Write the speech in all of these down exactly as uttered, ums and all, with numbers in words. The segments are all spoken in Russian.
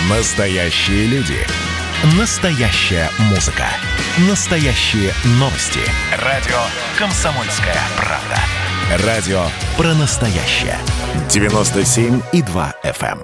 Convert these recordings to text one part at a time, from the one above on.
Настоящие люди. Настоящая музыка. Настоящие новости. Радио «Комсомольская правда». Радио про настоящее. девяносто семь и два эф эм.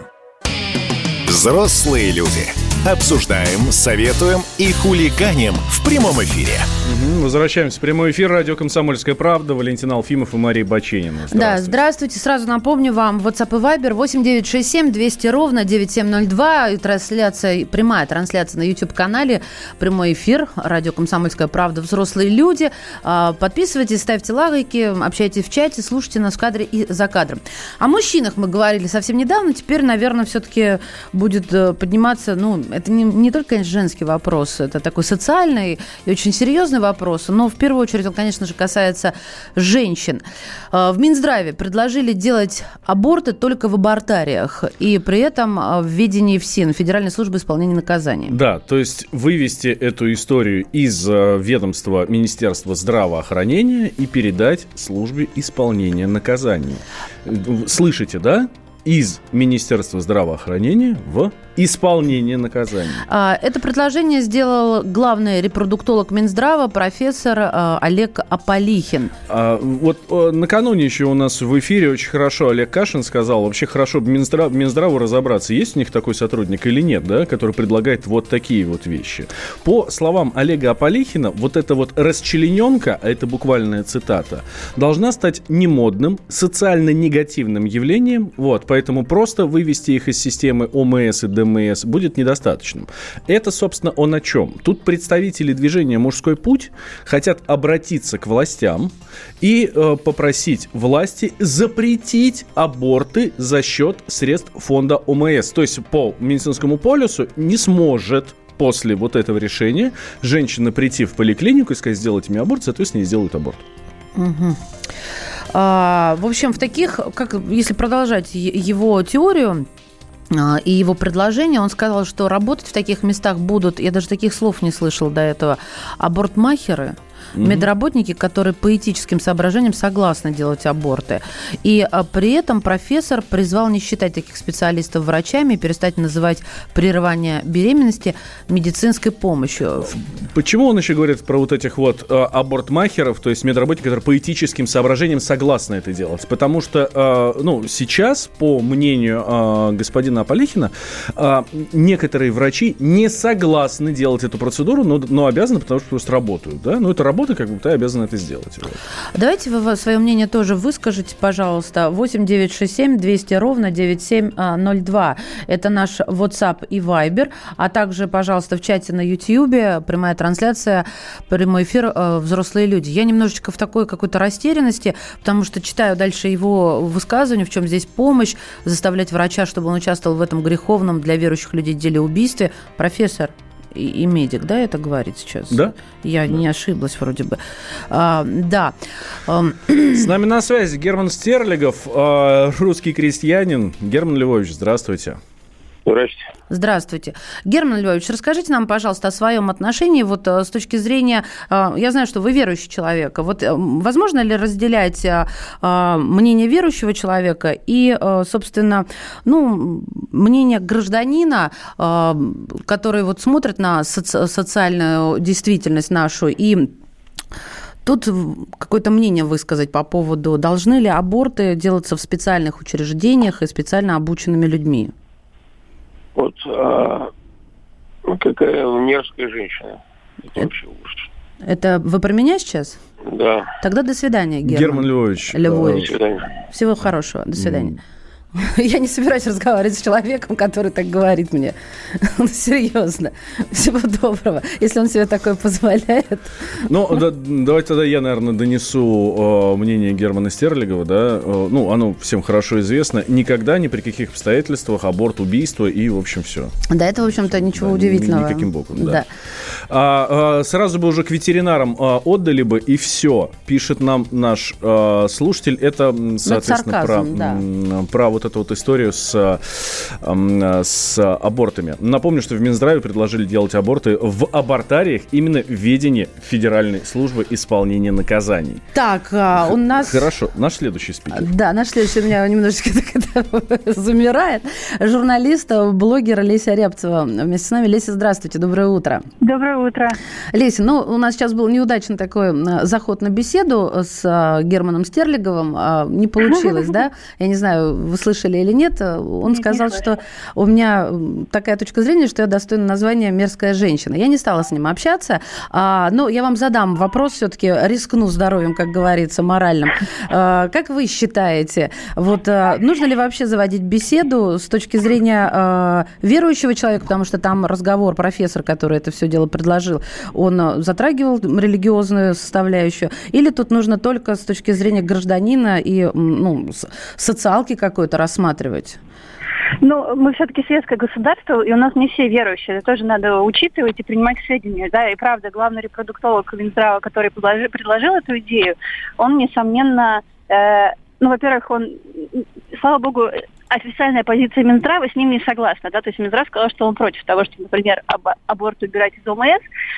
Взрослые люди. Обсуждаем, советуем и хулиганим в прямом эфире. Угу, возвращаемся в прямой эфир. Радио «Комсомольская правда». Валентин Алфимов и Мария Баченина. Здравствуйте. Да, здравствуйте. Сразу напомню вам, WhatsApp и Viber восемь девятьсот шестьдесят семь двести ровно девять семь ноль два. И трансляция, прямая трансляция на YouTube-канале. Прямой эфир. Радио «Комсомольская правда». Взрослые люди. Подписывайтесь, ставьте лайки, общайтесь в чате, слушайте нас в кадре и за кадром. О мужчинах мы говорили совсем недавно. Теперь, наверное, все-таки будет подниматься, ну, это не, не только, конечно, женский вопрос, это такой социальный и очень серьезный вопрос, но в первую очередь он, конечно же, касается женщин. В Минздраве предложили делать аборты только в абортариях и при этом в ведении ФСИН, Федеральной службы исполнения наказаний. Да, то есть вывести эту историю из ведомства Министерства здравоохранения и передать службе исполнения наказаний. Слышите, да? Из Министерства здравоохранения в исполнение наказания. Это предложение сделал главный репродуктолог Минздрава, профессор Олег Аполихин. А, вот накануне еще у нас в эфире очень хорошо Олег Кашин сказал, вообще хорошо бы Минздрав, Минздраву разобраться, есть у них такой сотрудник или нет, да, который предлагает вот такие вот вещи. По словам Олега Аполихина, вот эта вот расчлененка, а это буквальная цитата, должна стать немодным, социально негативным явлением, вот, поэтому просто вывести их из системы ОМС и ДМС будет недостаточным. Это, собственно, он о чем? Тут представители движения «Мужской путь» хотят обратиться к властям и э, попросить власти запретить аборты за счет средств фонда ОМС. То есть по медицинскому полюсу не сможет после вот этого решения женщина прийти в поликлинику и сказать: сделайте мне аборт, соответственно, не сделают аборт. Угу. А, в общем, в таких, как, если продолжать его теорию и его предложение, он сказал, что работать в таких местах будут, я даже таких слов не слышала до этого, абортмахеры, mm-hmm. медработники, которые по этическим соображениям согласны делать аборты. И а, при этом профессор призвал не считать таких специалистов врачами и перестать называть прерывание беременности медицинской помощью. Почему он еще говорит про вот этих вот э, абортмахеров, то есть медработников, которые по этическим соображениям согласны это делать? Потому что, э, ну, сейчас, по мнению э, господина Аполихина, э, некоторые врачи не согласны делать эту процедуру, но, но обязаны, потому что просто работают, да? Ну, это работа, как бы ты обязан это сделать. Вот. Давайте вы свое мнение тоже выскажите, пожалуйста. восемь девятьсот шестьдесят семь двести ровно девять семь ноль два. Это наш WhatsApp и Viber. А также, пожалуйста, в чате на YouTube прямая трансляция, прямой эфир «Взрослые люди». Я немножечко в такой какой-то растерянности, потому что читаю дальше его высказывание, в чем здесь помощь, заставлять врача, чтобы он участвовал в этом греховном для верующих людей деле убийстве. Профессор и, и медик, да, это говорит сейчас? Да. Я да. не ошиблась вроде бы. А, да. С нами на связи Герман Стерлигов, русский крестьянин. Герман Львович, здравствуйте. Здравствуйте. Здравствуйте. Герман Львович, расскажите нам, пожалуйста, о своем отношении вот с точки зрения, я знаю, что вы верующий человек, вот возможно ли разделять мнение верующего человека и, собственно, ну, мнение гражданина, который вот смотрит на соци- социальную действительность нашу и тут какое-то мнение высказать по поводу, должны ли аборты делаться в специальных учреждениях и специально обученными людьми? Вот, а, ну, какая мерзкая женщина. Это вообще ужас. Это вы про меня сейчас? Да. Тогда до свидания, Герман. Герман Львович. Львович. До свидания. Всего хорошего. До свидания. Mm. Я не собираюсь разговаривать с человеком, который так говорит мне. Ну, серьезно. Всего доброго. Если он себе такое позволяет. Ну, да, давайте тогда я, наверное, донесу э, мнение Германа Стерлигова. Да? Э, ну, оно всем хорошо известно. Никогда, ни при каких обстоятельствах аборт, убийство и, в общем, все. Да, это, в общем-то, ничего да, удивительного. Никаким боком, да. да. А, а, сразу бы уже к ветеринарам а, отдали бы, и все. Пишет нам наш а, слушатель. Это, соответственно, сарказм, про, да. про вот вот эту вот историю с, с абортами. Напомню, что в Минздраве предложили делать аборты в абортариях именно в ведении Федеральной службы исполнения наказаний. Так, у нас... Хорошо, наш следующий спикер. Да, наш следующий у меня немножечко так замирает. Журналист, блогер Леся Рябцева вместе с нами. Леся, здравствуйте, доброе утро. Доброе утро. Леся, ну, у нас сейчас был неудачный такой заход на беседу с Германом Стерлиговым. Не получилось, да? Я не знаю, вы слышали или нет. Он нет, сказал, что у меня такая точка зрения, что я достойна названия «мерзкая женщина». Я не стала с ним общаться, но я вам задам вопрос, все-таки рискну здоровьем, как говорится, моральным. Как вы считаете, вот нужно ли вообще заводить беседу с точки зрения верующего человека, потому что там разговор, профессор, который это все дело предложил, он затрагивал религиозную составляющую, или тут нужно только с точки зрения гражданина и ну, социалки какой-то рассматривать? Ну, мы все-таки светское государство, и у нас не все верующие. Это тоже надо учитывать и принимать к сведению. Да? И правда, главный репродуктолог Минздрава, который предложил, предложил эту идею, он, несомненно, э, ну, во-первых, он, слава богу, официальная позиция Минздрава с ним не согласна, да, то есть Минздрав сказал, что он против того, что, например, аб- аборт убирать из ОМС,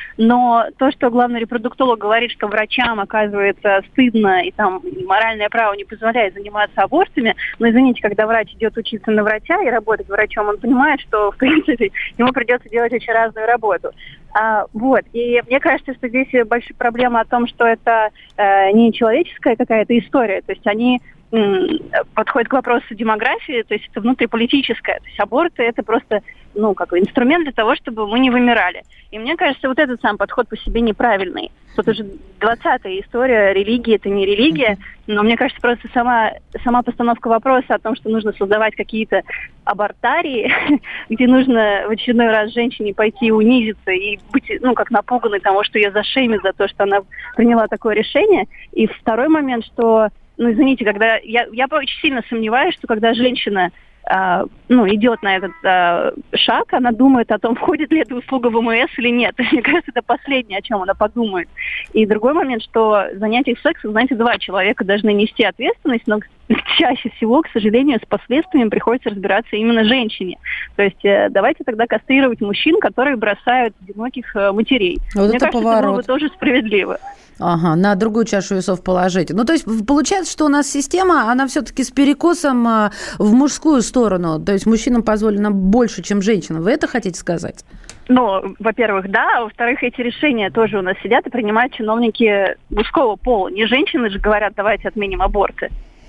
но то, что главный репродуктолог говорит, что врачам, оказывается, стыдно и там моральное право не позволяет заниматься абортами, но, извините, когда врач идет учиться на врача и работать врачом, он понимает, что, в принципе, ему придется делать очень разную работу. А, вот, и мне кажется, что здесь большая проблема о том, что это э, не человеческая какая-то история, то есть они подходит к вопросу демографии, то есть это внутриполитическое. То есть аборты – это просто, ну, как бы инструмент для того, чтобы мы не вымирали. И мне кажется, вот этот сам подход по себе неправильный. Вот уже двадцатая история, религия – это не религия, но мне кажется, просто сама, сама постановка вопроса о том, что нужно создавать какие-то абортарии, где нужно в очередной раз женщине пойти унизиться и быть, ну, как напуганной тому, что ее зашеймят за то, что она приняла такое решение. И второй момент, что ну, извините, когда я, я очень сильно сомневаюсь, что когда женщина э, ну, идет на этот э, шаг, она думает о том, входит ли эта услуга в ОМС или нет. Мне кажется, это последнее, о чем она подумает. И другой момент, что в занятиях сексом, знаете, два человека должны нести ответственность, но чаще всего, к сожалению, с последствиями приходится разбираться именно женщине. То есть э, давайте тогда кастрировать мужчин, которые бросают одиноких э, матерей. Вот Мне это кажется, поворот. это было бы тоже справедливо. Ага, на другую чашу весов положить. Ну, то есть получается, что у нас система, она все-таки с перекосом в мужскую сторону. То есть мужчинам позволено больше, чем женщинам. Вы это хотите сказать? Ну, во-первых, да. А во-вторых, эти решения тоже у нас сидят и принимают чиновники мужского пола. Не женщины же говорят, давайте отменим аборты.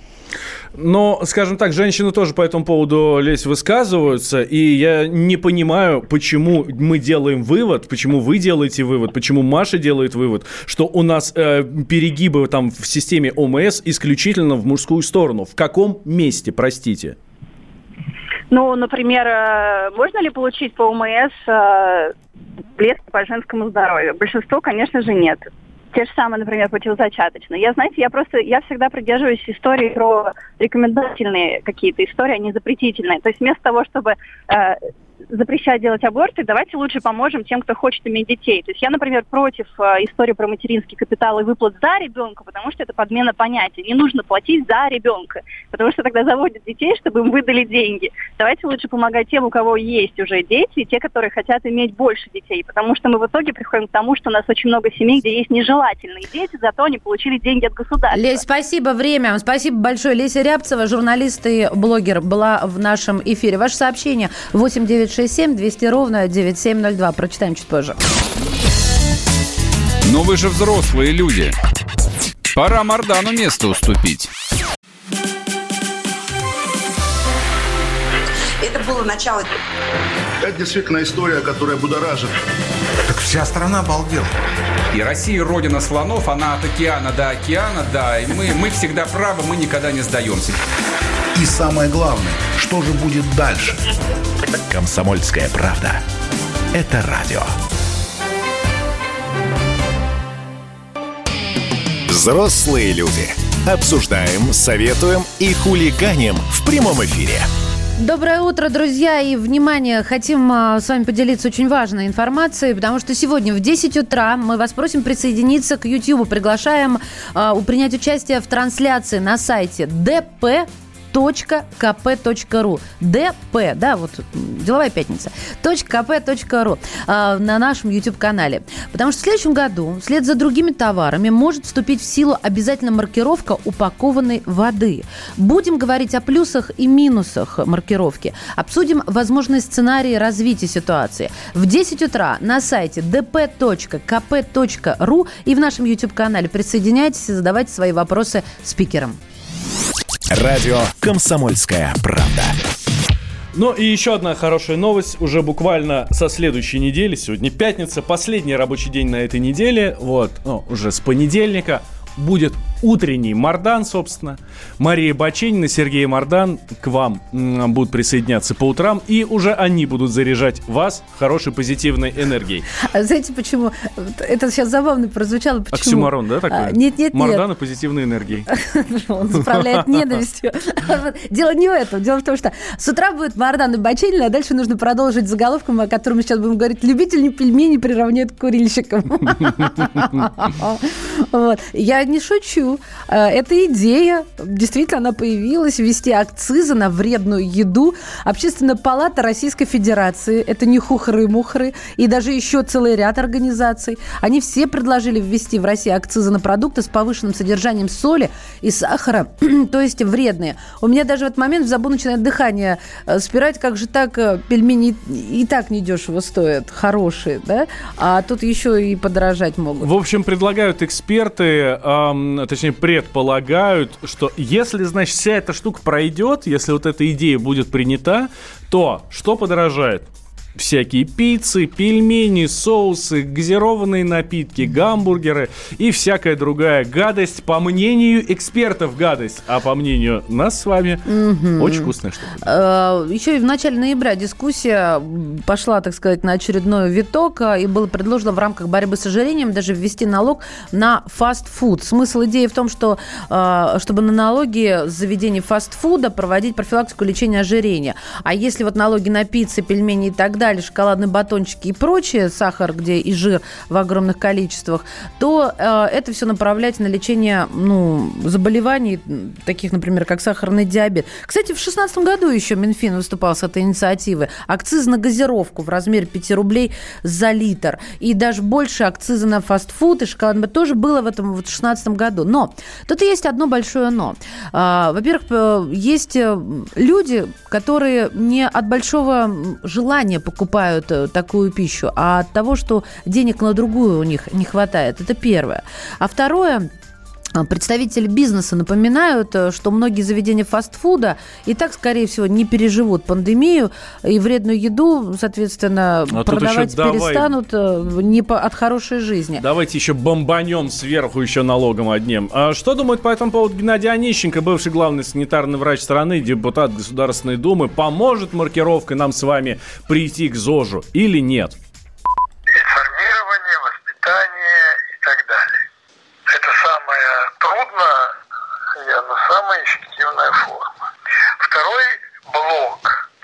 Но, скажем так, женщины тоже по этому поводу, Лесь, высказываются, и я не понимаю, почему мы делаем вывод, почему вы делаете вывод, почему Маша делает вывод, что у нас э, перегибы там в системе ОМС исключительно в мужскую сторону. В каком месте, простите? Ну, например, можно ли получить по ОМС э, блеск по женскому здоровью? Большинство, конечно же, нет. Те же самые, например, противозачаточные. Я, знаете, я просто, я всегда придерживаюсь истории про рекомендательные какие-то истории, а не запретительные. То есть вместо того, чтобы э, запрещать делать аборты, давайте лучше поможем тем, кто хочет иметь детей. То есть я, например, против э, истории про материнский капитал и выплат за ребенка, потому что это подмена понятия. Не нужно платить за ребенка, потому что тогда заводят детей, чтобы им выдали деньги. Давайте лучше помогать тем, у кого есть уже дети, и те, которые хотят иметь больше детей, потому что мы в итоге приходим к тому, что у нас очень много семей, где есть нежелательные дети, зато они получили деньги от государства. Лесь, спасибо, время. Спасибо большое. Леся Рябцева, журналист и блогер, была в нашем эфире. Ваше сообщение восемь девятьсот шестьдесят семь двести ровно девяносто семь ноль два. Прочитаем чуть позже. Но вы же взрослые люди. Пора Мардану место уступить. Это было начало. Это действительно история, которая будоражит. Так вся страна обалдела. И Россия родина слонов, она от океана до океана, да. И мы, мы всегда правы, мы никогда не сдаемся. И самое главное, что же будет дальше? «Комсомольская правда». Это радио. Взрослые люди. Обсуждаем, советуем и хулиганим в прямом эфире. Доброе утро, друзья, и, внимание, хотим а, с вами поделиться очень важной информацией, потому что сегодня в десять утра мы вас просим присоединиться к YouTube, приглашаем а, принять участие в трансляции на сайте дэ пэ .kp.ru. ДП, да, вот деловая пятница. .kp.ru э, на нашем YouTube-канале. Потому что в следующем году, вслед за другими товарами, может вступить в силу обязательно маркировка упакованной воды. Будем говорить о плюсах и минусах маркировки. Обсудим возможные сценарии развития ситуации. В десять утра на сайте dp.kp.ru и в нашем YouTube-канале присоединяйтесь и задавайте свои вопросы спикерам. Радио «Комсомольская правда». Ну и еще одна хорошая новость. Уже буквально со следующей недели, сегодня пятница, последний рабочий день на этой неделе, вот, ну, уже с понедельника, будет утренний Мардан, собственно. Мария Баченина, Сергей Мардан к вам м, будут присоединяться по утрам, и уже они будут заряжать вас хорошей позитивной энергией. А знаете, почему? Это сейчас забавно прозвучало. Почему? Оксюморон, да, такой? А, нет, нет, нет. Мардан и позитивной энергией. Он заправляет ненавистью. Дело не в этом. Дело в том, что с утра будет Мардан и Баченина, а дальше нужно продолжить заголовком, о котором мы сейчас будем говорить. Любители пельменей приравняют к курильщикам. Я не шучу. Эта идея, действительно, она появилась, ввести акцизы на вредную еду. Общественная палата Российской Федерации, это не хухры-мухры, и даже еще целый ряд организаций, они все предложили ввести в России акцизы на продукты с повышенным содержанием соли и сахара, то есть вредные. У меня даже в этот момент в забу начинает дыхание спирать, как же так, пельмени и так недешево стоят, хорошие, да? А тут еще и подорожать могут. В общем, предлагают эксперты, эм, точнее, предполагают, что если, значит, вся эта штука пройдет, если вот эта идея будет принята, то что подорожает? Всякие пиццы, пельмени, соусы, газированные напитки, гамбургеры и всякая другая гадость. По мнению экспертов гадость, а по мнению нас с вами угу. очень вкусная штука. Еще и в начале ноября дискуссия пошла, так сказать, на очередной виток, и было предложено в рамках борьбы с ожирением даже ввести налог на фастфуд. Смысл идеи в том, что чтобы на налоги с заведений фастфуда проводить профилактику лечения ожирения. А если вот налоги на пиццы, пельмени и так далее, шоколадные батончики и прочее, сахар, где и жир в огромных количествах, то э, это все направлять на лечение ну, заболеваний, таких, например, как сахарный диабет. Кстати, в две тысячи шестнадцатом году еще Минфин выступал с этой инициативой. Акциз на газировку в размере пять рублей за литр. И даже больше акциза на фастфуд и шоколадный тоже было в этом в две тысячи шестнадцатом году. Но тут есть одно большое но. Э, во-первых, есть люди, которые не от большого желания покупать покупают такую пищу, а от того, что денег на другую у них не хватает. Это первое. А второе, представители бизнеса напоминают, что многие заведения фастфуда и так, скорее всего, не переживут пандемию и вредную еду, соответственно, а продавать перестанут давай... не по... от хорошей жизни. Давайте еще бомбанем сверху еще налогом одним. А что думает по этому поводу Геннадий Онищенко, бывший главный санитарный врач страны, депутат Государственной Думы? Поможет маркировка нам с вами прийти к ЗОЖу или нет? Информирование, воспитание и так далее. Это самое трудное, но самая эффективная форма. Второй блок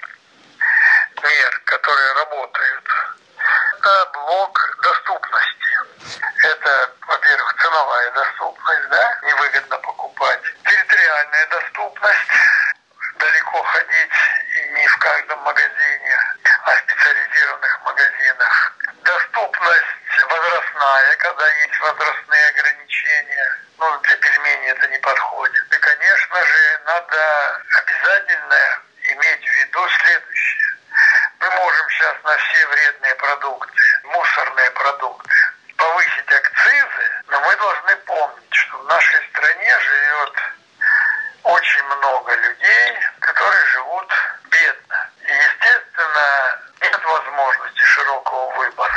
мер, которые работают, это блок доступности. Это, во-первых, ценовая доступность, да, невыгодно покупать. Территориальная доступность, далеко ходить и не в каждом магазине, а в специализированных магазинах. Доступность возрастная, когда есть возрастные ограничения. Ну, для пельменей это не подходит. И, конечно же, надо обязательно иметь в виду следующее. Мы можем сейчас на все вредные продукты, мусорные продукты, повысить акцизы, но мы должны помнить, что в нашей стране живет очень много людей, которые живут бедно. И, естественно, нет возможности широкого выбора.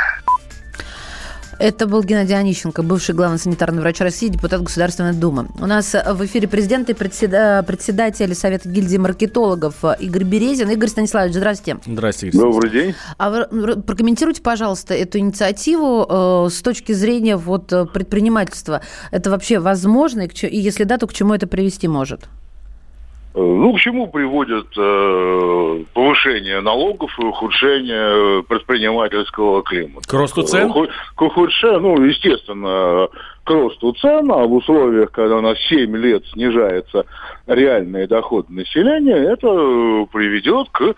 Это был Геннадий Онищенко, бывший главный санитарный врач России, депутат Государственной Думы. У нас в эфире президент и председатель Совета гильдии маркетологов Игорь Березин. Игорь Станиславович, здравствуйте. Здравствуйте. Добрый день. А вы прокомментируйте, пожалуйста, эту инициативу э, с точки зрения вот, предпринимательства. Это вообще возможно? И, к, и если да, то к чему это привести может? Ну, к чему приводит э, повышение налогов и ухудшение предпринимательского климата? К росту цен? К, к ухудшению, ну, естественно, к росту цен, а в условиях, когда у нас семь лет снижается реальные доходы населения, это приведет к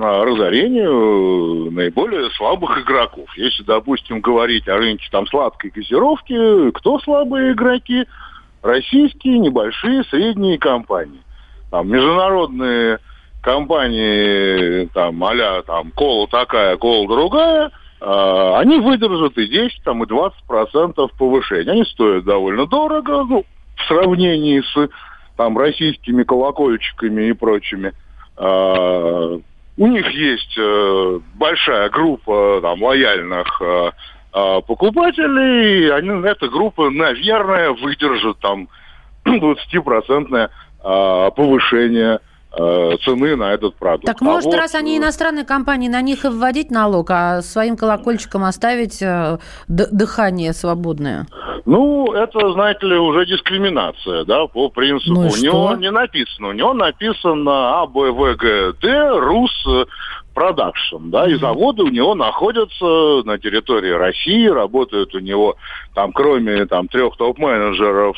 разорению наиболее слабых игроков. Если, допустим, говорить о рынке там сладкой газировки, кто слабые игроки? Российские небольшие средние компании. Там международные компании, там, а-ля, там, кола такая, кола другая, э, они выдержат и десять, там, и двадцать процентов повышения. Они стоят довольно дорого, ну, в сравнении с, там, российскими колокольчиками и прочими. Э, у них есть э, большая группа, там, лояльных э, э, покупателей, и они, эта группа, наверное, выдержит, там, двадцатипроцентное повышение э, цены на этот продукт. Так может, а вот, раз они иностранные компании, на них и вводить налог, а своим колокольчиком оставить э, д- дыхание свободное? Ну, это, знаете ли, уже дискриминация, да, по принципу. Ну у него не написано, у него написано А, Б, В, Г, Д, Рус, Продакшн, да, и заводы у него находятся на территории России, работают у него там, кроме там трех топ-менеджеров,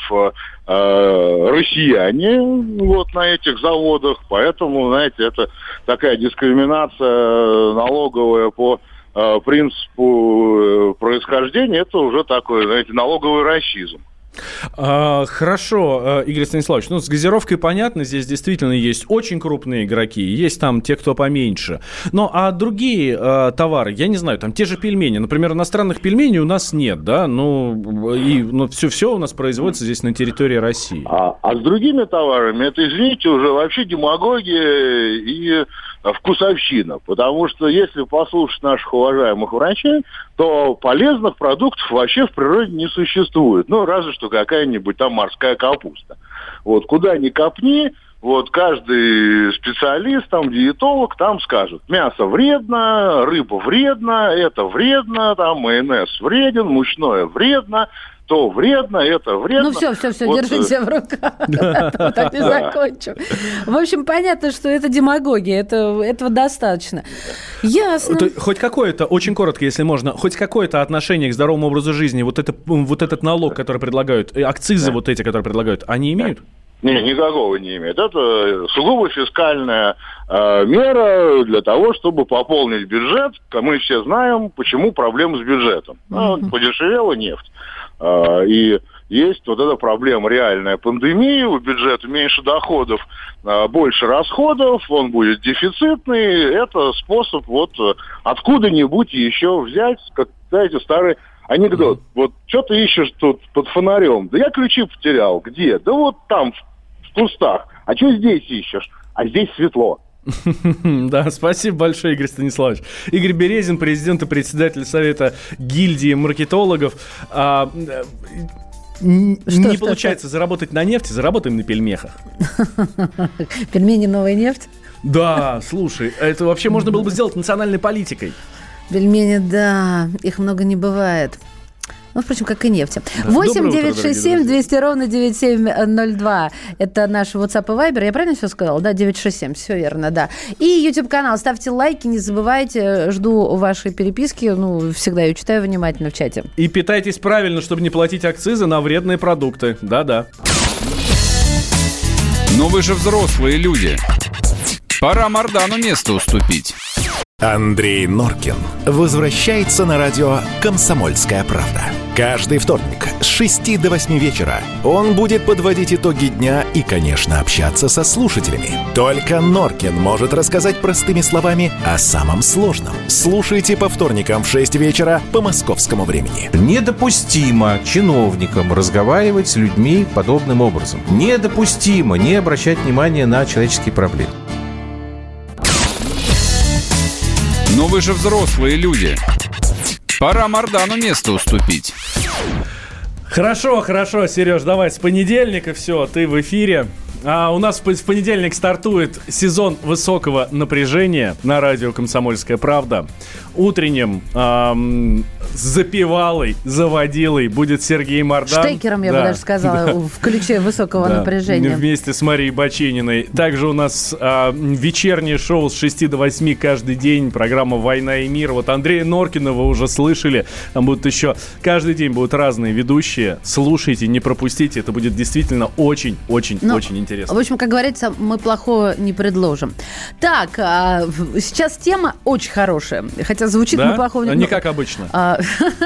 э, россияне вот на этих заводах, поэтому, знаете, это такая дискриминация налоговая по э, принципу происхождения, это уже такой, знаете, налоговый расизм. А, хорошо, Игорь Станиславович, ну, с газировкой понятно, здесь действительно есть очень крупные игроки, есть там те, кто поменьше. Но а другие а, товары, я не знаю, там те же пельмени, например, иностранных пельменей у нас нет, да, ну, и ну, все, все у нас производится здесь на территории России. А, а с другими товарами, это, извините, уже вообще демагогия и вкусовщина, потому что если послушать наших уважаемых врачей, то полезных продуктов вообще в природе не существует. Ну, разве что какая-нибудь там морская капуста. Вот, куда ни копни, вот, каждый специалист, там, диетолог, там скажет, мясо вредно, рыба вредна, это вредно, там, майонез вреден, мучное вредно, то вредно, это вредно. Ну все, все, все, вот, держите в руках. Так и закончим. В общем, понятно, что это демагогия, этого достаточно. Ясно. Хоть какое-то, очень коротко, если можно, хоть какое-то отношение к здоровому образу жизни, вот, это, вот этот налог, который предлагают, акцизы вот эти, которые предлагают, они имеют? Не, никакого не имеет. Это сугубо фискальная э, мера для того, чтобы пополнить бюджет. Мы все знаем, почему проблемы с бюджетом. Mm-hmm. Ну, подешевела нефть. Э, и есть вот эта проблема реальная пандемии, у бюджета меньше доходов, э, больше расходов, он будет дефицитный. Это способ вот откуда-нибудь еще взять, как, знаете, старый анекдот. Вот что ты ищешь тут под фонарем? Да я ключи потерял. Где? Да вот там, в кустах. А что здесь ищешь? А здесь светло. Да, спасибо большое, Игорь Станиславович. Игорь Березин, президент и председатель Совета гильдии маркетологов. А, не что, получается что? Заработать на нефти, заработаем на пельмехах. Пельмени новая нефть? Да, слушай, это вообще можно было бы сделать национальной политикой. Пельмени, да, их много не бывает. Ну, впрочем, как и нефти. восемь девятьсот шестьдесят семь двести ровно девяносто семь ноль два. Это наш WhatsApp и Viber. Я правильно все сказала? Да, девятьсот шестьдесят семь. Все верно, да. И YouTube-канал. Ставьте лайки, не забывайте. Жду вашей переписки. Ну, всегда ее читаю внимательно в чате. И питайтесь правильно, чтобы не платить акцизы на вредные продукты. Да-да. Но вы же взрослые люди. Пора Мардану место уступить. Андрей Норкин возвращается на радио «Комсомольская правда». Каждый вторник с шести до восьми вечера он будет подводить итоги дня и, конечно, общаться со слушателями. Только Норкин может рассказать простыми словами о самом сложном. Слушайте по вторникам в шесть вечера по московскому времени. Недопустимо чиновникам разговаривать с людьми подобным образом. Недопустимо не обращать внимания на человеческие проблемы. Но вы же взрослые люди. Пора Мардану место уступить. Хорошо, хорошо, Сереж, давай с понедельника все, ты в эфире. А у нас в понедельник стартует сезон высокого напряжения на радио «Комсомольская правда». Утренним эм, запевалой, заводилой будет Сергей Мордан. Штекером, я да. бы даже сказала, да. в ключе высокого да. напряжения. Вместе с Марией Бачениной. Также у нас а, вечернее шоу с шести до восьми каждый день. Программа «Война и мир». Вот Андрея Норкина вы уже слышали. Там будут еще... Каждый день будут разные ведущие. Слушайте, не пропустите. Это будет действительно очень-очень-очень интересно. В общем, как говорится, мы плохого не предложим. Так, а, сейчас тема очень хорошая. Хотя звучит да? мы плохого не... Не как обычно. А,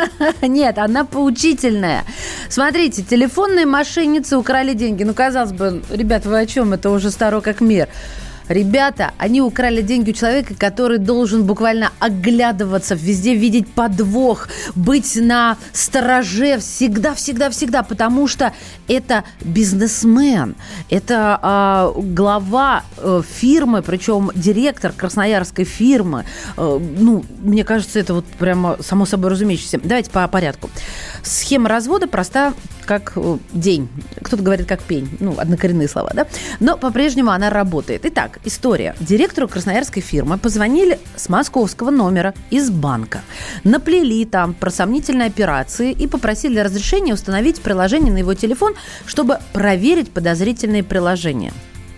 нет, она поучительная. Смотрите, телефонные мошенницы украли деньги. Ну, казалось бы, ребят, вы о чем? Это уже старо как мир. Ребята, они украли деньги у человека, который должен буквально оглядываться, везде видеть подвох, быть на стороже всегда-всегда-всегда, потому что это бизнесмен, это э, глава э, фирмы, причем директор красноярской фирмы. Э, ну, мне кажется, это вот прямо само собой разумеющееся. Давайте по порядку. Схема развода проста, как день. Кто-то говорит, как пень. Ну, однокоренные слова, да? Но по-прежнему она работает. Итак, история. Директору красноярской фирмы позвонили с московского номера из банка. Наплели там про сомнительные операции и попросили разрешения установить приложение на его телефон, чтобы проверить подозрительные приложения.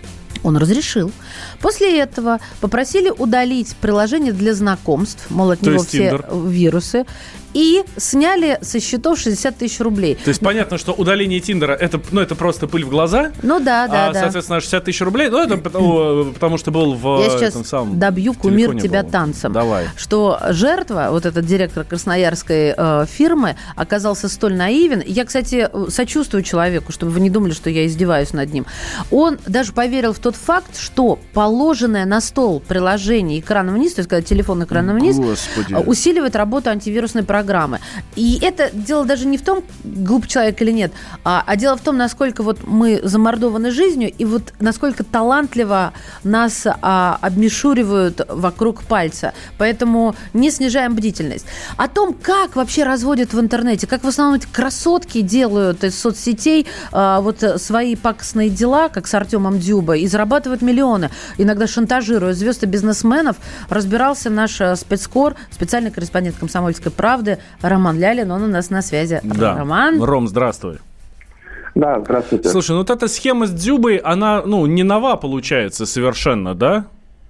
Он разрешил. После этого попросили удалить приложение для знакомств, мол, от него все Tinder. Вирусы, и сняли со счетов шестьдесят тысяч рублей. То есть понятно, что удаление Тиндера это, ну, это просто пыль в глаза. Ну да, да, а, да. Соответственно, шестьдесят тысяч рублей. Ну, это потому, потому что был в Я сейчас этом самом добью кумир тебя был. танцем. Давай. Что жертва, вот этот директор красноярской э, фирмы, оказался столь наивен. Я, кстати, сочувствую человеку, чтобы вы не думали, что я издеваюсь над ним. Он даже поверил в тот факт, что положенное на стол приложение экраном вниз, то есть когда телефон экраном вниз, Господи. усиливает работу антивирусной программы. И это дело даже не в том, глупый человек или нет, а, а дело в том, насколько вот мы замордованы жизнью и вот насколько талантливо нас а, обмешуривают вокруг пальца. Поэтому не снижаем бдительность. О том, как вообще разводят в интернете, как в основном эти красотки делают из соцсетей а, вот свои пакостные дела, как с Артемом Дзюбой, и зарабатывают миллионы, иногда шантажируя звезд и бизнесменов, разбирался наш спецкор, специальный корреспондент «Комсомольской правды» Роман Лялин, он у нас на связи. Да. Роман. Ром, здравствуй. Да, здравствуйте. Слушай, ну вот эта схема с Дзюбой, она, ну, не нова получается совершенно, да?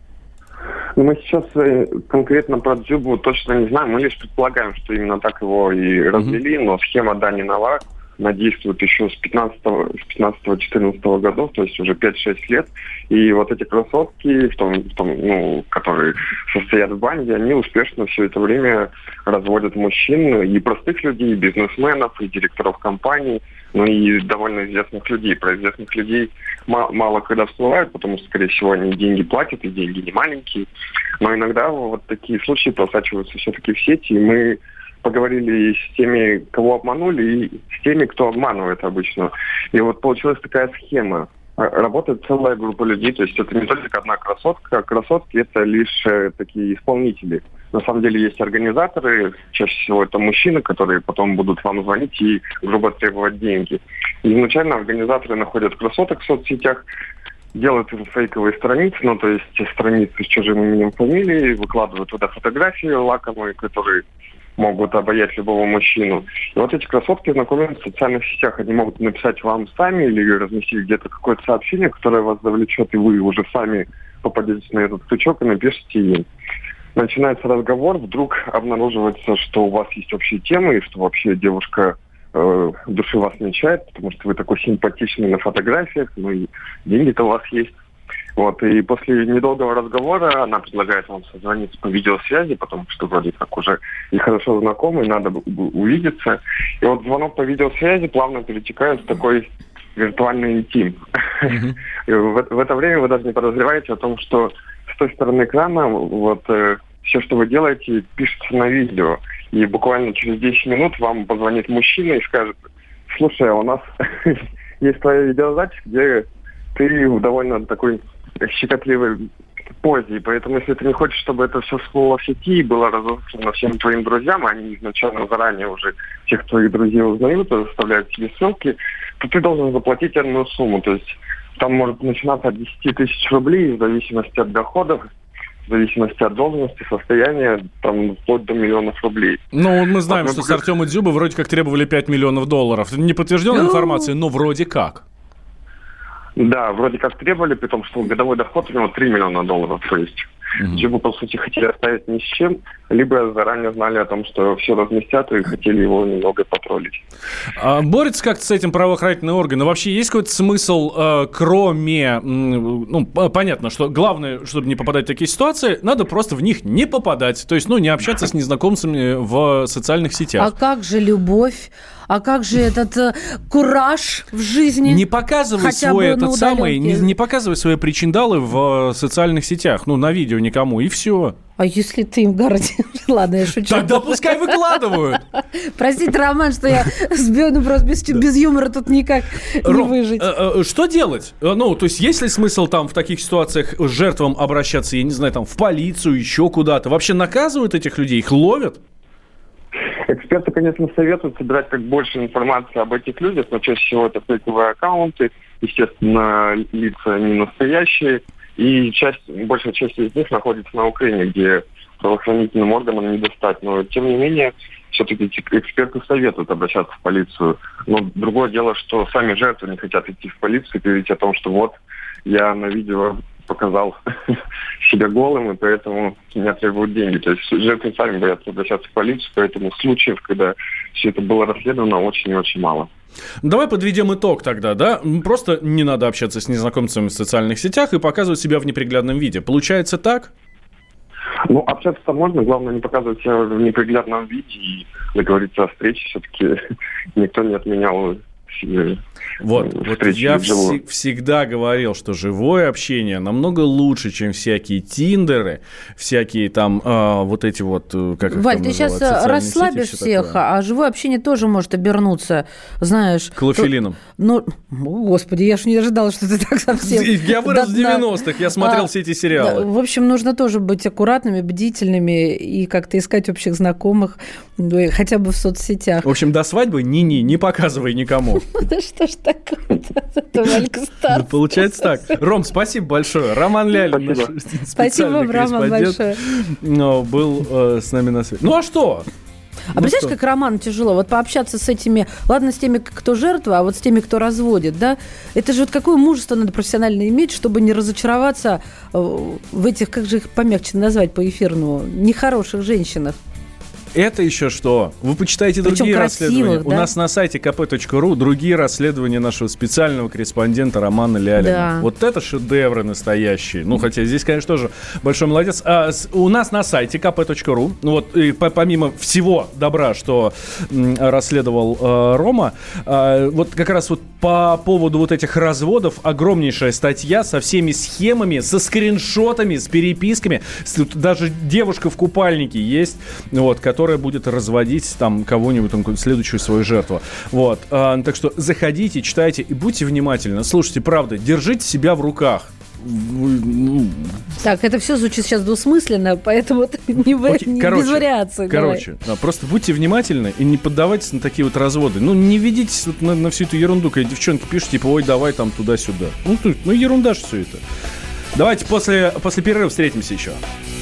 Ну, мы сейчас конкретно про Дзюбу точно не знаем. Мы лишь предполагаем, что именно так его и развели, mm-hmm. но схема, да, не нова. Она действует еще с пятнадцатого-четырнадцатого годов, то есть уже пять-шесть лет. И вот эти красотки, в том, в том, ну, которые состоят в банде, они успешно все это время разводят мужчин, и простых людей, и бизнесменов, и директоров компаний, ну и довольно известных людей. Про известных людей мало, мало когда всплывают, потому что, скорее всего, они деньги платят, и деньги не маленькие. Но иногда вот такие случаи просачиваются все-таки в сети, и мы поговорили и с теми, кого обманули, и с теми, кто обманывает обычно. И вот получилась такая схема. Работает целая группа людей, то есть это не только одна красотка. Красотки — это лишь э, такие исполнители. На самом деле есть организаторы, чаще всего это мужчины, которые потом будут вам звонить и грубо требовать деньги. И изначально организаторы находят красоток в соцсетях, делают им фейковые страницы, ну то есть страницы с чужим именем, фамилией, выкладывают туда фотографии лакомые, которые могут обаять любого мужчину. И вот эти красотки знакомятся в социальных сетях. Они могут написать вам сами или разместить где-то какое-то сообщение, которое вас завлечет, и вы уже сами попадете на этот крючок и напишите им. Начинается разговор, вдруг обнаруживается, что у вас есть общие темы, и что вообще девушка э, души вас не чает, потому что вы такой симпатичный на фотографиях, ну и деньги-то у вас есть. Вот, и после недолгого разговора она предлагает вам созвониться по видеосвязи, потому что вроде как уже и хорошо знакомы, и надо увидеться. И вот звонок по видеосвязи плавно перетекает в такой виртуальный интим. Mm-hmm. И в, в это время вы даже не подозреваете о том, что с той стороны экрана вот э, все, что вы делаете, пишется на видео. И буквально через десять минут вам позвонит мужчина и скажет: слушай, у нас есть твоя видеозапись, где ты в довольно такой щекотливой позе, и поэтому, если ты не хочешь, чтобы это все всплыло в сети и было разослано всем твоим друзьям, а они изначально заранее уже всех твоих друзей узнают и заставляют себе ссылки, то ты должен заплатить одну сумму. То есть там может начинаться от десять тысяч рублей в зависимости от доходов. в зависимости от должности, состояния, там, вплоть до миллионов рублей. Ну, мы знаем, а что с Артема Дзюбы вроде как требовали пять миллионов долларов. Это не подтвержденная информация, но вроде как. Да, вроде как требовали, при том, что годовой доход у него три миллиона долларов, то есть. Mm-hmm. Дзюбу, по сути, хотели оставить ни с чем, либо заранее знали о том, что все разместят, и хотели его немного потроллить. А борются как-то с этим правоохранительные органы? Вообще есть какой-то смысл, э, кроме... Ну, понятно, что главное, чтобы не попадать в такие ситуации, надо просто в них не попадать. То есть, ну, не общаться с незнакомцами в социальных сетях. А как же любовь? А как же этот э, кураж в жизни? Не показывай Хотя свой бы этот самый, не, не показывай свои причиндалы в э, социальных сетях, ну, на видео никому, и все. А если ты им городишь? Ладно, я шучу. Тогда пускай выкладывают. Простите, Роман, что я сбил, ну просто без, без юмора тут никак Ром, не выжить. Э, э, что делать? Ну, то есть, есть ли смысл там в таких ситуациях с жертвам обращаться, я не знаю, там, в полицию, еще куда-то? Вообще наказывают этих людей, их ловят? Эксперты, конечно, советуют собирать как больше информации об этих людях, но чаще всего это фейковые аккаунты, естественно, лица не настоящие, и часть, большая часть из них находится на Украине, где правоохранительным органам не достать. Но, тем не менее, все-таки эксперты советуют обращаться в полицию. Но другое дело, что сами жертвы не хотят идти в полицию и говорить о том, что вот, я на видео показал себя голым, и поэтому меня требуют деньги. То есть жертвы сами боятся обращаться в полицию, поэтому случаев, когда все это было расследовано, очень и очень мало. Давай подведем итог тогда, да? Просто не надо общаться с незнакомцами в социальных сетях и показывать себя в неприглядном виде. Получается так? Ну, общаться-то можно, главное не показывать себя в неприглядном виде и договориться о встрече. Все-таки никто не отменял себе. Вот, вот я вс- всегда говорил, что живое общение намного лучше, чем всякие тиндеры, всякие там э, вот эти вот, как их Валь, там ты сейчас расслабишь всех, такое. А живое общение тоже может обернуться, знаешь... Клофелином. То, ну, господи, я ж не ожидала, что ты так совсем... Я вырос в девяностых, я смотрел а, все эти сериалы. Да, в общем, нужно тоже быть аккуратными, бдительными и как-то искать общих знакомых, хотя бы в соцсетях. В общем, до свадьбы ни-ни, не показывай никому. Да что ж такое? Получается так. Ром, спасибо большое. Роман Лялин, наш специальный корреспондент, был с нами на связи. Ну а что? А ну представляешь, как Роману тяжело вот пообщаться с этими, ладно, с теми, кто жертва, а вот с теми, кто разводит, да? Это же вот какое мужество надо профессионально иметь, чтобы не разочароваться в этих, как же их помягче назвать по-эфирному, нехороших женщинах. Это еще что? Вы почитаете другие расследования. Да? У нас на сайте ка пэ точка ру другие расследования нашего специального корреспондента Романа Лялина. Да. Вот это шедевры настоящие. Ну, хотя здесь, конечно, тоже большой молодец. А, с, у нас на сайте ка пэ точка ру, ну, вот, и, по, помимо всего добра, что м, расследовал э, Рома, э, вот как раз вот по поводу вот этих разводов огромнейшая статья со всеми схемами, со скриншотами, с переписками. С, даже девушка в купальнике есть, вот, которая которая будет разводить там кого-нибудь, там, следующую свою жертву. Вот. А, так что заходите, читайте и будьте внимательны. Слушайте, правда, держите себя в руках. Так, это все звучит сейчас двусмысленно, поэтому не, Окей, не короче, без вариаций. Короче, да, просто будьте внимательны и не поддавайтесь на такие вот разводы. Ну, не ведитесь вот на, на всю эту ерунду, когда девчонки пишут, типа, ой, давай там туда-сюда. Ну, тут, ну ерунда же все это. Давайте после, после перерыва встретимся еще.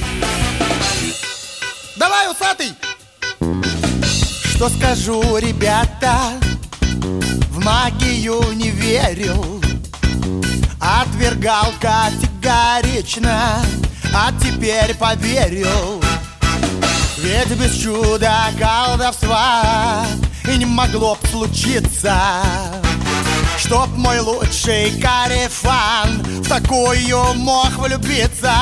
Давай, усатый! Что скажу, ребята, в магию не верил, отвергал категорично, а теперь поверил. Ведь без чуда колдовства и не могло б случиться, чтоб мой лучший корефан в такую мог влюбиться.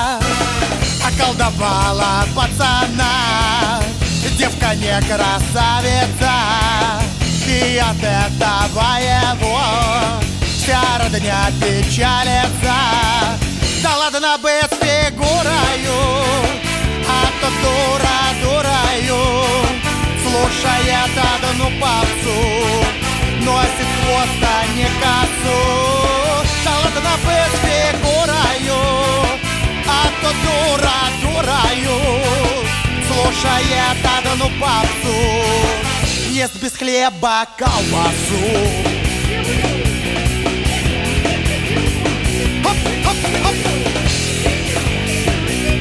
Околдовала пацана девка не красавица, и от этого его вся родня печалится. Да ладно бы с фигурою, а то дура дурою слушает одну папсу, носит хвост, а не косу. Да ладно бы с фигурою, а то дура дурою слушает одну папсу, ест без хлеба колбасу. Хоп, хоп, хоп.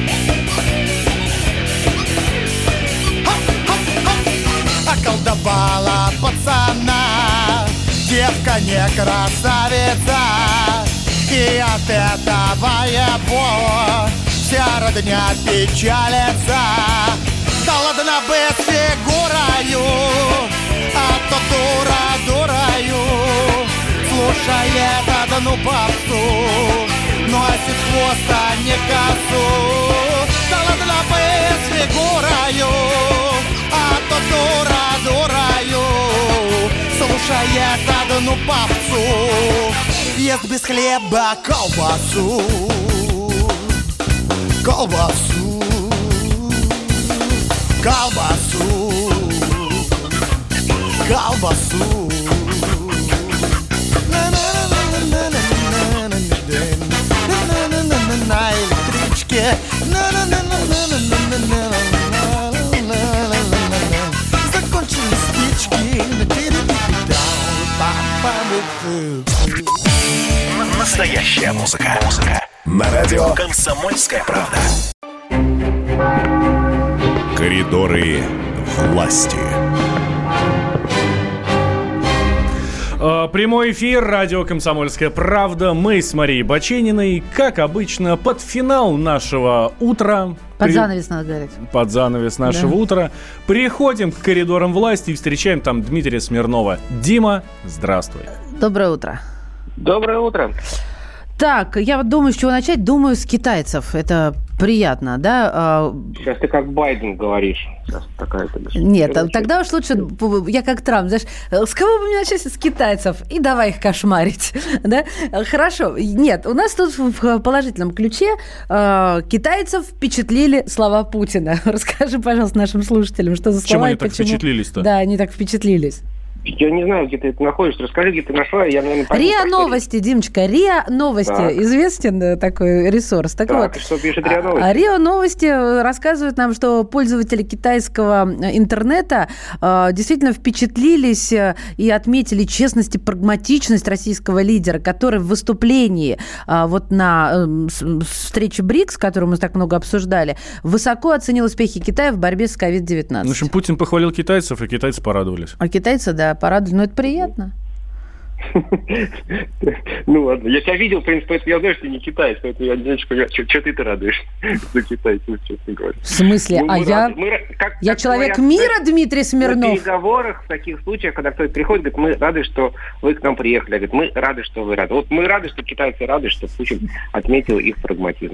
девка не красавица, и от этого его вся родня печалится. Да ладно бы с фигурою, а то дура дурою слушает одну попсу, носит хвост, а не косу. Да ладно бы с фигурою, а то дура дурою слушает одну попсу, ест без хлеба колбасу. Колбасу, колбасу, колбасу. На электричке. Закончились спички. Настоящая музыка. Музыка. На радио «Комсомольская правда». Коридоры власти. Прямой эфир, радио «Комсомольская правда». Мы с Марией Бачениной, как обычно, под финал нашего утра. Под при... занавес надо говорить. Под занавес нашего да. утра. Приходим к коридорам власти и встречаем там Дмитрия Смирнова. Дима, здравствуй. Доброе утро. Доброе утро. Так, я вот думаю, с чего начать. Думаю, с китайцев. Это приятно, да? Сейчас ты как Байден говоришь. Сейчас такая-то... Нет, Короче. Тогда уж лучше, я как Трамп, знаешь, с кого бы мне начать? С китайцев. И давай их кошмарить. Да? Хорошо. Нет, у нас тут в положительном ключе э, китайцев впечатлили слова Путина. Расскажи, пожалуйста, нашим слушателям, что за слова. Чем они и так почему... впечатлились-то? Да, они так впечатлились. Я не знаю, где ты это находишь. Расскажи, где ты нашла. Я, наверное, пойму, РИА Новости, Димочка. РИА Новости. Так. Известен такой ресурс. Так, так вот, что пишет РИА Новости? А, РИА Новости рассказывают нам, что пользователи китайского интернета э, действительно впечатлились и отметили честность и прагматичность российского лидера, который в выступлении э, вот на э, встрече БРИКС, которую мы так много обсуждали, высоко оценил успехи Китая в борьбе с ковид девятнадцать. В общем, Путин похвалил китайцев, и китайцы порадовались. А китайцы, да, порадовали. Но это приятно. Ну ладно, я тебя видел, в принципе, я знаю, что ты не китаец, поэтому я не знаю, что ты-то радуешь за китайцев, честно говоря. В смысле? А я я человек мира, Дмитрий Смирнов? На переговорах, в таких случаях, когда кто-то приходит, говорит, мы рады, что вы к нам приехали. Говорит, мы рады, что вы рады. Вот мы рады, что китайцы рады, что Путин отметил их прагматизм.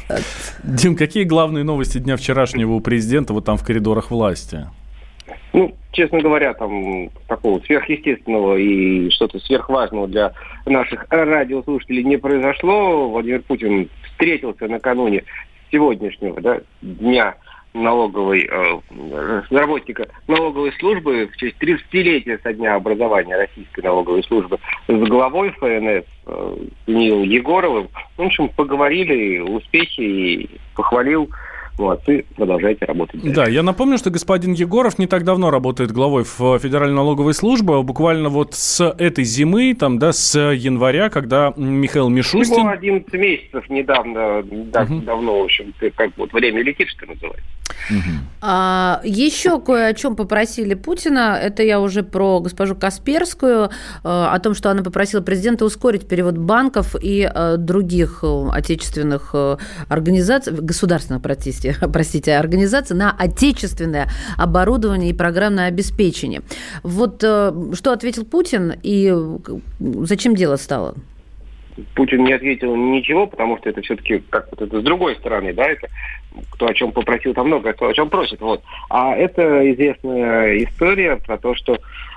Дим, какие главные новости дня вчерашнего у президента вот там в коридорах власти? Ну, честно говоря, там такого сверхъестественного и что-то сверхважного для наших радиослушателей не произошло. Владимир Путин встретился накануне сегодняшнего, да, дня налоговой э, работника налоговой службы в честь тридцатилетия со дня образования Российской налоговой службы с главой ФНС э, Даниилом Егоровым. В общем, поговорили успехи и похвалил. Молодцы, продолжайте работать. Да, я напомню, что господин Егоров не так давно работает главой в Федеральной налоговой службе. Буквально вот с этой зимы, там, да, с января, когда Михаил Мишустин... Всего одиннадцать месяцев недавно, да, угу. давно, в общем, как вот время летит, что называется. Угу. А, еще кое о чем попросили Путина. Это я уже про госпожу Касперскую, о том, что она попросила президента ускорить перевод банков и других отечественных организаций, государственных, простите, простите, организаций на отечественное оборудование и программное обеспечение. Вот что ответил Путин и зачем дело стало? Путин не ответил ничего, потому что это все-таки как вот это с другой стороны, да, это кто о чем попросил, там много, кто о чем просит, вот. А это известная история про то, что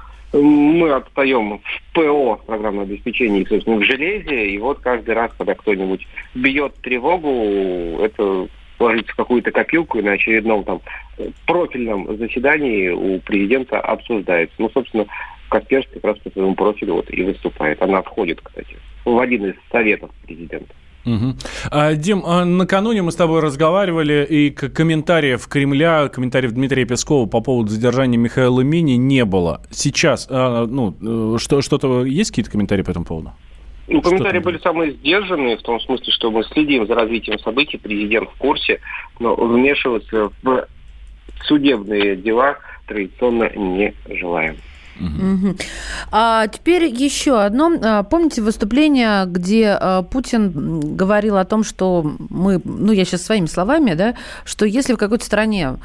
мы отстаем в ПО, программное обеспечение, собственно, в железе, и вот каждый раз, когда кто-нибудь бьет тревогу, это ложится в какую-то копилку, и на очередном там профильном заседании у президента обсуждается. Ну, собственно, Касперская как раз по своему профилю вот и выступает. Она входит, кстати, в один из советов президента. Угу. А, Дим, а накануне мы с тобой разговаривали, и комментариев Кремля, комментариев Дмитрия Пескова по поводу задержания Михаила Мини не было. Сейчас, а, ну, что, что-то есть какие-то комментарии по этому поводу? Ну, комментарии были самые сдержанные, в том смысле, что мы следим за развитием событий, президент в курсе, но вмешиваться в судебные дела традиционно не желаем. Угу. А теперь еще одно. Помните выступление, где Путин говорил о том, что мы, ну я сейчас своими словами, да, что если в какой-то стране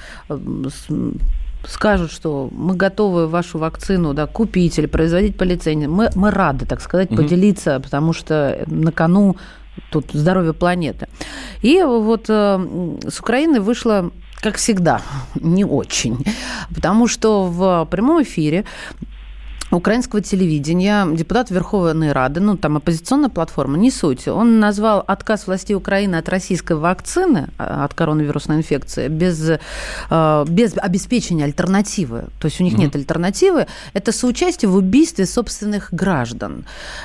скажут, что мы готовы вашу вакцину, да, купить или производить по лицензии, мы, мы рады, так сказать, угу. поделиться, потому что на кону тут здоровье планеты. И вот с Украины вышло, как всегда, не очень, потому что в прямом эфире украинского телевидения депутат Верховной Рады, ну, там оппозиционная платформа, не суть, он назвал отказ властей Украины от российской вакцины, от коронавирусной инфекции, без, без обеспечения альтернативы. То есть у них mm-hmm. нет альтернативы. Это соучастие в убийстве собственных граждан.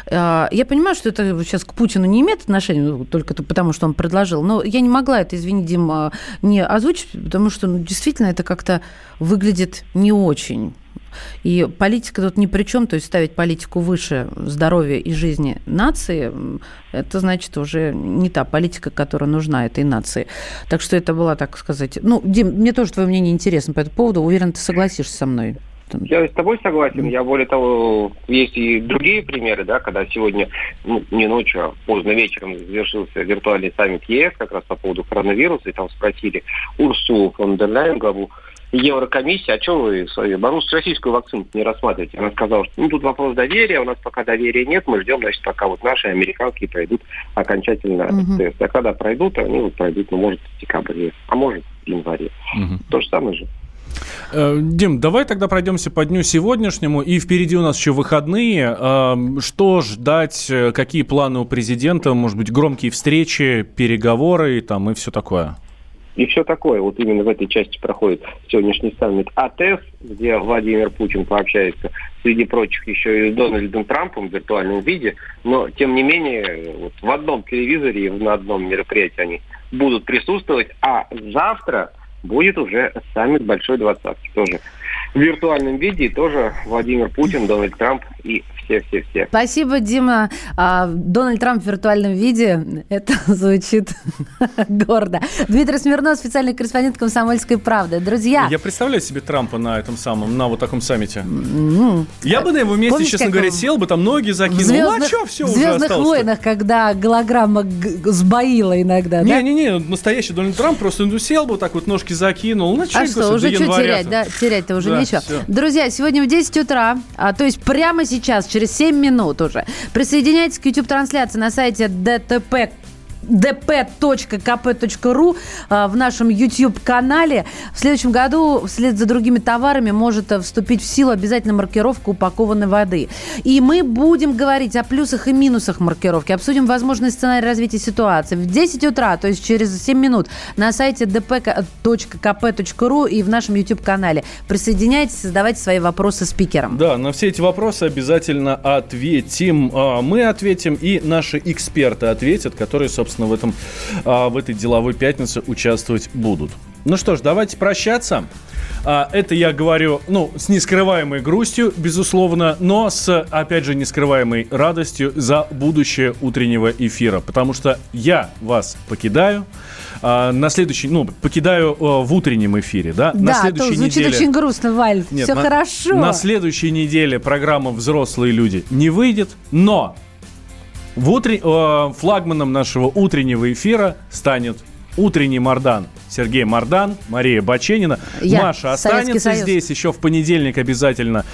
Я понимаю, что это сейчас к Путину не имеет отношения, только потому, что он предложил, но я не могла это, извини, Дим, не озвучить, потому что ну, действительно это как-то выглядит не очень. И политика тут ни при чем, то есть ставить политику выше здоровья и жизни нации, это значит уже не та политика, которая нужна этой нации. Так что это была, так сказать... Ну, Дим, мне тоже твое мнение интересно по этому поводу. Уверен, ты согласишься со мной. Я с тобой согласен. Я, более того, есть и другие примеры, да, когда сегодня, ну, не ночью, а поздно вечером завершился виртуальный саммит ЕС как раз по поводу коронавируса, и там спросили Урсулу фон дер Ляйен, главу Еврокомиссии, а что вы свою российскую вакцину не рассматриваете? Она сказала, что ну, тут вопрос доверия, у нас пока доверия нет, мы ждем, значит, пока вот наши американские пройдут окончательно uh-huh. тест. А когда пройдут, они вот пройдут, ну, может, в декабре, а может, в январе. Uh-huh. То же самое же. Дим, давай тогда пройдемся по дню сегодняшнему. И впереди у нас еще выходные. Что ждать? Какие планы у президента? Может быть, громкие встречи, переговоры там, и все такое? И все такое. Вот именно в этой части проходит сегодняшний саммит АТЭС, где Владимир Путин пообщается, среди прочих, еще и с Дональдом Трампом в виртуальном виде. Но, тем не менее, вот в одном телевизоре и на одном мероприятии они будут присутствовать. А завтра будет уже саммит Большой Двадцатки. Тоже в виртуальном виде. И тоже Владимир Путин, Дональд Трамп и все-все-все. Спасибо, Дима. А, Дональд Трамп в виртуальном виде. Это звучит гордо. Дмитрий Смирнов, специальный корреспондент «Комсомольской правды». Друзья. Я представляю себе Трампа на этом самом, на вот таком саммите. Mm-hmm. Я бы на его месте, помните, честно говоря, сел бы, там ноги закинул. Звездных, ну, а что, все в уже «Звездных осталось-то? войнах», когда голограмма сбоила иногда, да? Не-не-не, настоящий Дональд Трамп просто ну, сел бы, так вот ножки закинул. Ну, а что, уже что терять, да? Терять-то уже да, нечего. Все. Друзья, сегодня в десять утра, а, то есть прямо сейчас, через семь минут уже, присоединяйтесь к YouTube-трансляции на сайте ДТП ди пи точка ка пэ точка ру в нашем YouTube-канале. В следующем году вслед за другими товарами может вступить в силу обязательно маркировка упакованной воды. И мы будем говорить о плюсах и минусах маркировки, обсудим возможный сценарий развития ситуации. В десять утра, то есть через семь минут, на сайте ди пи точка ка пэ точка ру и в нашем YouTube-канале. Присоединяйтесь, задавайте свои вопросы спикерам. Да, на все эти вопросы обязательно ответим. Мы ответим, и наши эксперты ответят, которые, собственно, в, этом, в этой деловой пятнице участвовать будут. Ну что ж, давайте прощаться. Это я говорю, ну, с нескрываемой грустью, безусловно, но с, опять же, нескрываемой радостью за будущее утреннего эфира. Потому что я вас покидаю. На следующий, ну, покидаю в утреннем эфире, да? Да, на следующей то звучит неделе... очень грустно, Валь. Нет, все на, хорошо. На следующей неделе программа «Взрослые люди» не выйдет, но... В утре... флагманом нашего утреннего эфира станет утренний Мардан. Сергей Мардан, Мария Баченина. Я, Маша останется здесь еще в понедельник обязательно.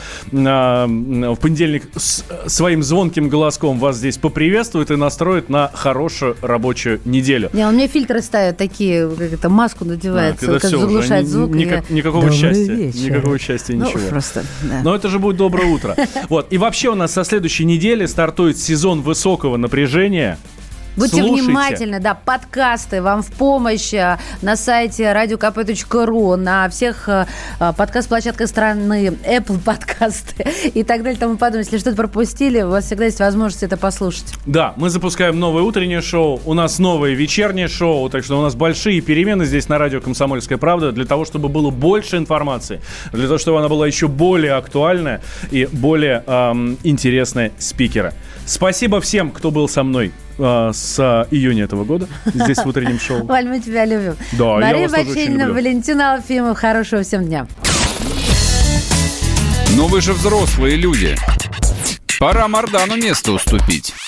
В понедельник с своим звонким голоском вас здесь поприветствует и настроит на хорошую рабочую неделю. Не, он мне фильтры ставит такие, как это, маску надевает, а, как заглушает звук. Никак, никакого счастья. Вечер. Никакого счастья, ну, ничего. Просто, да. Но это же будет доброе утро. Вот. И вообще у нас со следующей недели стартует сезон высокого напряжения. Будьте Слушайте. внимательны, да, подкасты вам в помощь на сайте радио ка пэ точка ру, на всех подкаст-площадках страны, Apple подкасты и так далее, тому подобное. Если что-то пропустили, у вас всегда есть возможность это послушать. Да, мы запускаем новое утреннее шоу, у нас новое вечернее шоу, так что у нас большие перемены здесь на радио «Комсомольская правда» для того, чтобы было больше информации, для того, чтобы она была еще более актуальная и более эм, интересная спикера. Спасибо всем, кто был со мной с июня этого года здесь в утреннем шоу. Валь, мы тебя любим. Да, Мария я вас тоже очень Баченина, люблю. Валентин Алфимов. Хорошего всем дня. Но вы же взрослые люди. Пора Мардану место уступить.